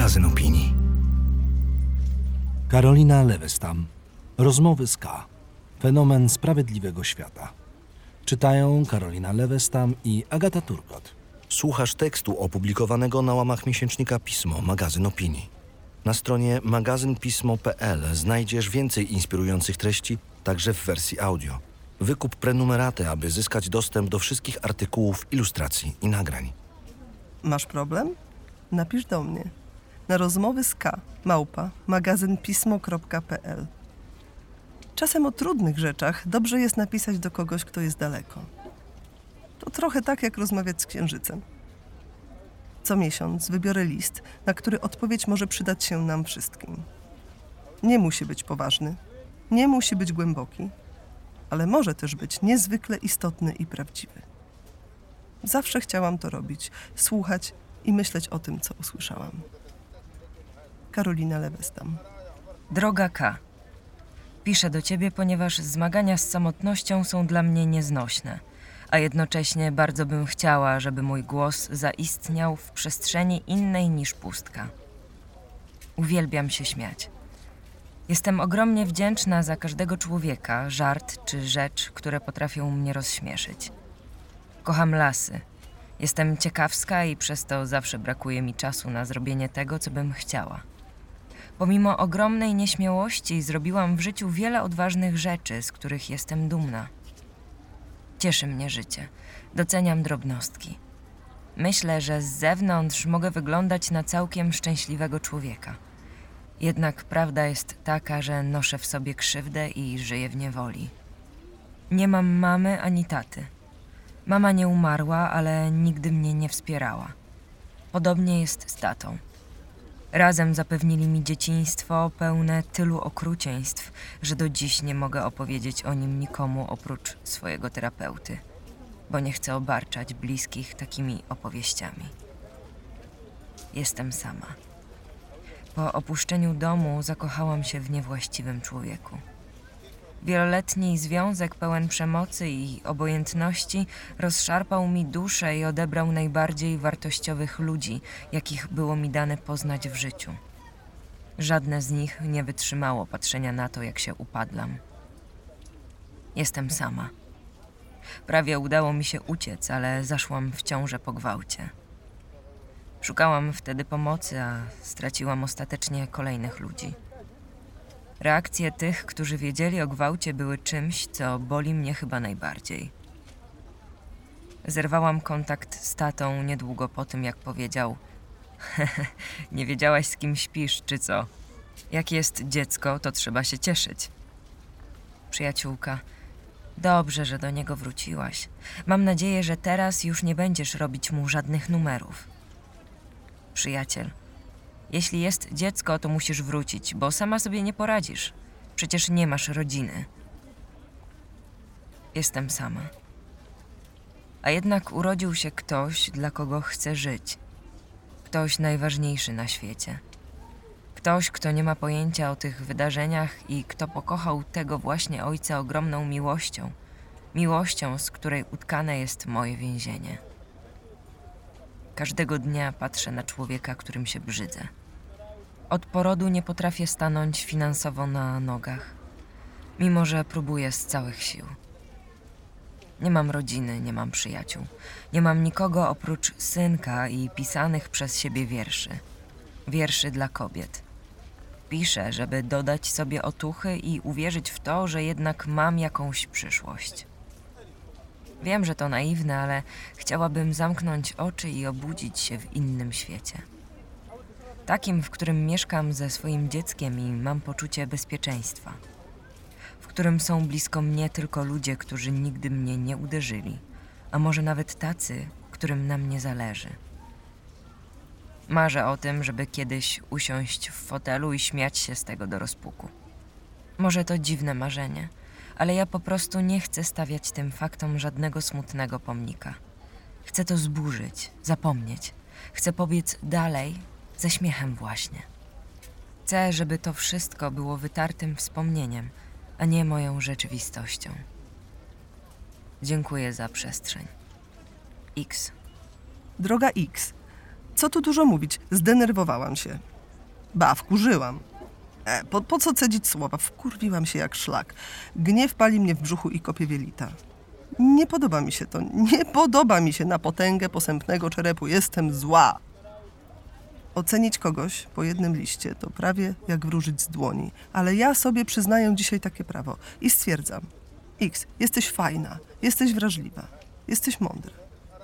magazyn opinii. Karolina Lewestam. Rozmowy z K. Fenomen sprawiedliwego świata. Czytają Karolina Lewestam i Agata Turkot. Słuchasz tekstu opublikowanego na łamach miesięcznika Pismo, magazyn opinii. Na stronie magazynpismo.pl znajdziesz więcej inspirujących treści, także w wersji audio. Wykup prenumeratę, aby zyskać dostęp do wszystkich artykułów, ilustracji i nagrań. Masz problem? Napisz do mnie na rozmowy z K @magazynpismo.pl. Czasem o trudnych rzeczach dobrze jest napisać do kogoś, kto jest daleko. To trochę tak, jak rozmawiać z księżycem. Co miesiąc wybiorę list, na który odpowiedź może przydać się nam wszystkim. Nie musi być poważny, nie musi być głęboki, ale może też być niezwykle istotny i prawdziwy. Zawsze chciałam to robić, słuchać i myśleć o tym, co usłyszałam. Karolina Lewestam. Droga K. Piszę do ciebie, ponieważ zmagania z samotnością są dla mnie nieznośne, a jednocześnie bardzo bym chciała, żeby mój głos zaistniał w przestrzeni innej niż pustka. Uwielbiam się śmiać. Jestem ogromnie wdzięczna za każdego człowieka, żart czy rzecz, które potrafią mnie rozśmieszyć. Kocham lasy. Jestem ciekawska i przez to zawsze brakuje mi czasu na zrobienie tego, co bym chciała. Pomimo ogromnej nieśmiałości zrobiłam w życiu wiele odważnych rzeczy, z których jestem dumna. Cieszy mnie życie. Doceniam drobnostki. Myślę, że z zewnątrz mogę wyglądać na całkiem szczęśliwego człowieka. Jednak prawda jest taka, że noszę w sobie krzywdę i żyję w niewoli. Nie mam mamy ani taty. Mama nie umarła, ale nigdy mnie nie wspierała. Podobnie jest z tatą. Razem zapewnili mi dzieciństwo pełne tylu okrucieństw, że do dziś nie mogę opowiedzieć o nim nikomu oprócz swojego terapeuty, bo nie chcę obarczać bliskich takimi opowieściami. Jestem sama. Po opuszczeniu domu zakochałam się w niewłaściwym człowieku. Wieloletni związek pełen przemocy i obojętności rozszarpał mi duszę i odebrał najbardziej wartościowych ludzi, jakich było mi dane poznać w życiu. Żadne z nich nie wytrzymało patrzenia na to, jak się upadlam. Jestem sama. Prawie udało mi się uciec, ale zaszłam w ciążę po gwałcie. Szukałam wtedy pomocy, a straciłam ostatecznie kolejnych ludzi. Reakcje tych, którzy wiedzieli o gwałcie, były czymś, co boli mnie chyba najbardziej. Zerwałam kontakt z tatą niedługo po tym, jak powiedział: nie wiedziałaś, z kim śpisz, czy co? Jak jest dziecko, to trzeba się cieszyć. Przyjaciółka: dobrze, że do niego wróciłaś. Mam nadzieję, że teraz już nie będziesz robić mu żadnych numerów. Przyjaciel: jeśli jest dziecko, to musisz wrócić, bo sama sobie nie poradzisz. Przecież nie masz rodziny. Jestem sama. A jednak urodził się ktoś, dla kogo chcę żyć. Ktoś najważniejszy na świecie. Ktoś, kto nie ma pojęcia o tych wydarzeniach i kto pokochał tego właśnie ojca ogromną miłością. Miłością, z której utkane jest moje więzienie. Każdego dnia patrzę na człowieka, którym się brzydzę. Od porodu nie potrafię stanąć finansowo na nogach, mimo że próbuję z całych sił. Nie mam rodziny, nie mam przyjaciół. Nie mam nikogo oprócz synka i pisanych przez siebie wierszy. Wierszy dla kobiet. Piszę, żeby dodać sobie otuchy i uwierzyć w to, że jednak mam jakąś przyszłość. Wiem, że to naiwne, ale chciałabym zamknąć oczy i obudzić się w innym świecie. Takim, w którym mieszkam ze swoim dzieckiem i mam poczucie bezpieczeństwa. W którym są blisko mnie tylko ludzie, którzy nigdy mnie nie uderzyli, a może nawet tacy, którym na mnie zależy. Marzę o tym, żeby kiedyś usiąść w fotelu i śmiać się z tego do rozpuku. Może to dziwne marzenie, ale ja po prostu nie chcę stawiać tym faktom żadnego smutnego pomnika. Chcę to zburzyć, zapomnieć. Chcę pobiec dalej, ze śmiechem właśnie. Chcę, żeby to wszystko było wytartym wspomnieniem, a nie moją rzeczywistością. Dziękuję za przestrzeń. X. Droga X, co tu dużo mówić, zdenerwowałam się. Wkurzyłam. Po co cedzić słowa? Wkurwiłam się jak szlak. Gniew pali mnie w brzuchu i kopie wielita. Nie podoba mi się to. Nie podoba mi się na potęgę posępnego czerepu. Jestem zła. Ocenić kogoś po jednym liście to prawie jak wróżyć z dłoni. Ale ja sobie przyznaję dzisiaj takie prawo i stwierdzam. X, jesteś fajna, jesteś wrażliwa, jesteś mądra.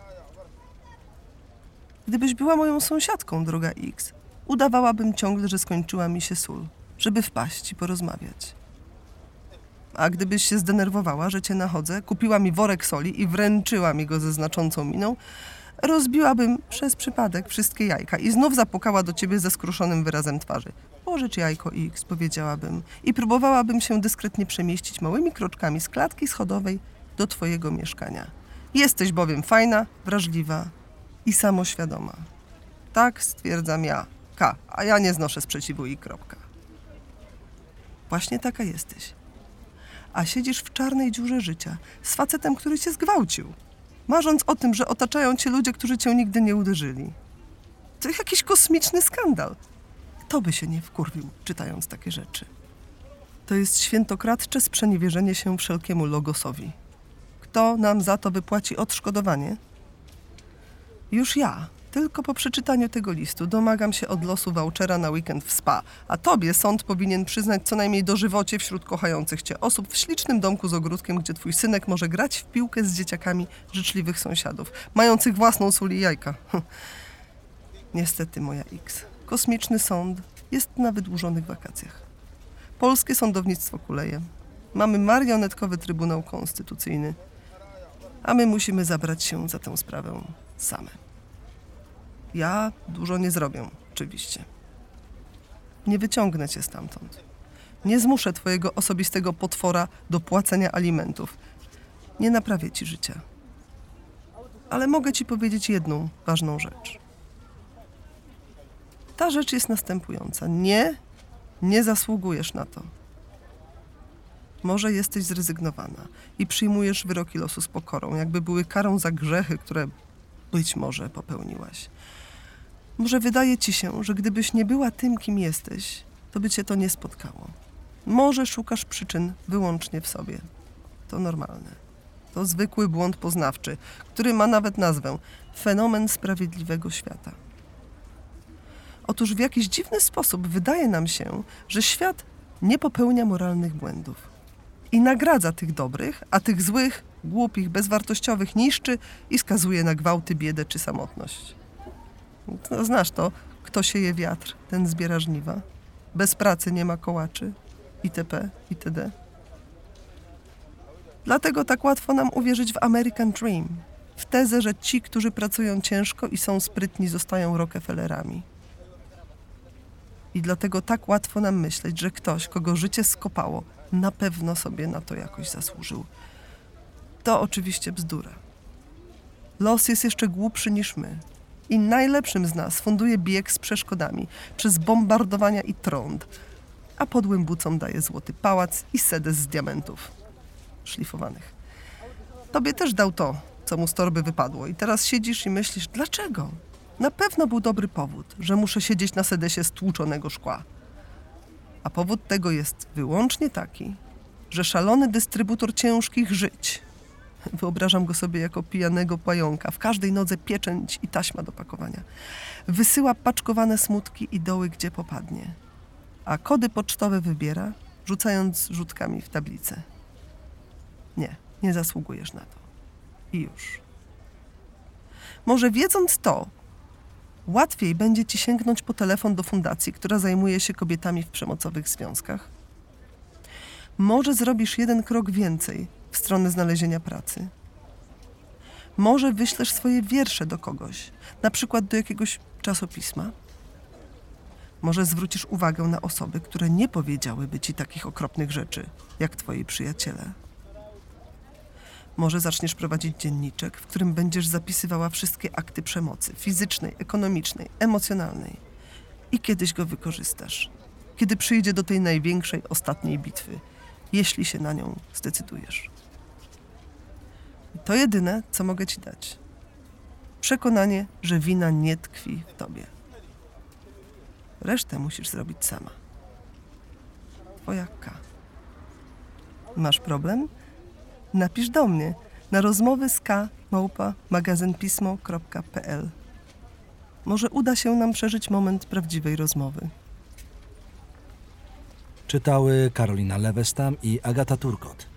Gdybyś była moją sąsiadką, droga X, udawałabym ciągle, że skończyła mi się sól, żeby wpaść i porozmawiać. A gdybyś się zdenerwowała, że cię nachodzę, kupiła mi worek soli i wręczyła mi go ze znaczącą miną, rozbiłabym przez przypadek wszystkie jajka i znów zapukała do ciebie ze skruszonym wyrazem twarzy. Pożycz jajko X, powiedziałabym, i próbowałabym się dyskretnie przemieścić małymi kroczkami z klatki schodowej do twojego mieszkania. Jesteś bowiem fajna, wrażliwa i samoświadoma. Tak stwierdzam ja, K, a ja nie znoszę sprzeciwu i kropka. Właśnie taka jesteś. A siedzisz w czarnej dziurze życia z facetem, który cię zgwałcił, marząc o tym, że otaczają cię ludzie, którzy cię nigdy nie uderzyli. To jakiś kosmiczny skandal. Kto by się nie wkurwił, czytając takie rzeczy? To jest świętokradcze sprzeniewierzenie się wszelkiemu logosowi. Kto nam za to wypłaci odszkodowanie? Już ja, tylko po przeczytaniu tego listu, domagam się od losu vouchera na weekend w spa, a tobie sąd powinien przyznać co najmniej dożywocie wśród kochających cię osób w ślicznym domku z ogródkiem, gdzie twój synek może grać w piłkę z dzieciakami życzliwych sąsiadów, mających własną sól i jajka. Niestety, moja X, kosmiczny sąd jest na wydłużonych wakacjach. Polskie sądownictwo kuleje. Mamy marionetkowy Trybunał Konstytucyjny, a my musimy zabrać się za tę sprawę same. Ja dużo nie zrobię, oczywiście. Nie wyciągnę cię stamtąd. Nie zmuszę twojego osobistego potwora do płacenia alimentów. Nie naprawię ci życia. Ale mogę ci powiedzieć jedną ważną rzecz. Ta rzecz jest następująca. Nie zasługujesz na to. Może jesteś zrezygnowana i przyjmujesz wyroki losu z pokorą, jakby były karą za grzechy, które być może popełniłaś. Może wydaje ci się, że gdybyś nie była tym, kim jesteś, to by cię to nie spotkało. Może szukasz przyczyn wyłącznie w sobie. To normalne. To zwykły błąd poznawczy, który ma nawet nazwę fenomen sprawiedliwego świata. Otóż w jakiś dziwny sposób wydaje nam się, że świat nie popełnia moralnych błędów i nagradza tych dobrych, a tych złych, głupich, bezwartościowych niszczy i skazuje na gwałty, biedę czy samotność. No, znasz to, kto sieje wiatr, ten zbiera żniwa. Bez pracy nie ma kołaczy, itp., itd. Dlatego tak łatwo nam uwierzyć w American Dream, w tezę, że ci, którzy pracują ciężko i są sprytni, zostają Rockefellerami. I dlatego tak łatwo nam myśleć, że ktoś, kogo życie skopało, na pewno sobie na to jakoś zasłużył. To oczywiście bzdura. Los jest jeszcze głupszy niż my. I najlepszym z nas funduje bieg z przeszkodami, przez bombardowania i trąd, a podłym bucom daje złoty pałac i sedes z diamentów szlifowanych. Tobie też dał to, co mu z torby wypadło i teraz siedzisz i myślisz, dlaczego? Na pewno był dobry powód, że muszę siedzieć na sedesie stłuczonego szkła. A powód tego jest wyłącznie taki, że szalony dystrybutor ciężkich żyć, wyobrażam go sobie jako pijanego pająka, w każdej nodze pieczęć i taśma do pakowania, wysyła paczkowane smutki i doły, gdzie popadnie, a kody pocztowe wybiera, rzucając rzutkami w tablicę. Nie zasługujesz na to. I już. Może wiedząc to, łatwiej będzie ci sięgnąć po telefon do fundacji, która zajmuje się kobietami w przemocowych związkach? Może zrobisz jeden krok więcej w stronę znalezienia pracy? Może wyślesz swoje wiersze do kogoś, na przykład do jakiegoś czasopisma? Może zwrócisz uwagę na osoby, które nie powiedziałyby ci takich okropnych rzeczy, jak twoi przyjaciele? Może zaczniesz prowadzić dzienniczek, w którym będziesz zapisywała wszystkie akty przemocy fizycznej, ekonomicznej, emocjonalnej. I kiedyś go wykorzystasz, kiedy przyjdzie do tej największej, ostatniej bitwy, jeśli się na nią zdecydujesz. I to jedyne, co mogę ci dać. Przekonanie, że wina nie tkwi w tobie. Resztę musisz zrobić sama. Twoja K. Masz problem? Napisz do mnie na rozmowy@magazynpismo.pl. Może uda się nam przeżyć moment prawdziwej rozmowy. Czytały Karolina Lewestam i Agata Turkot.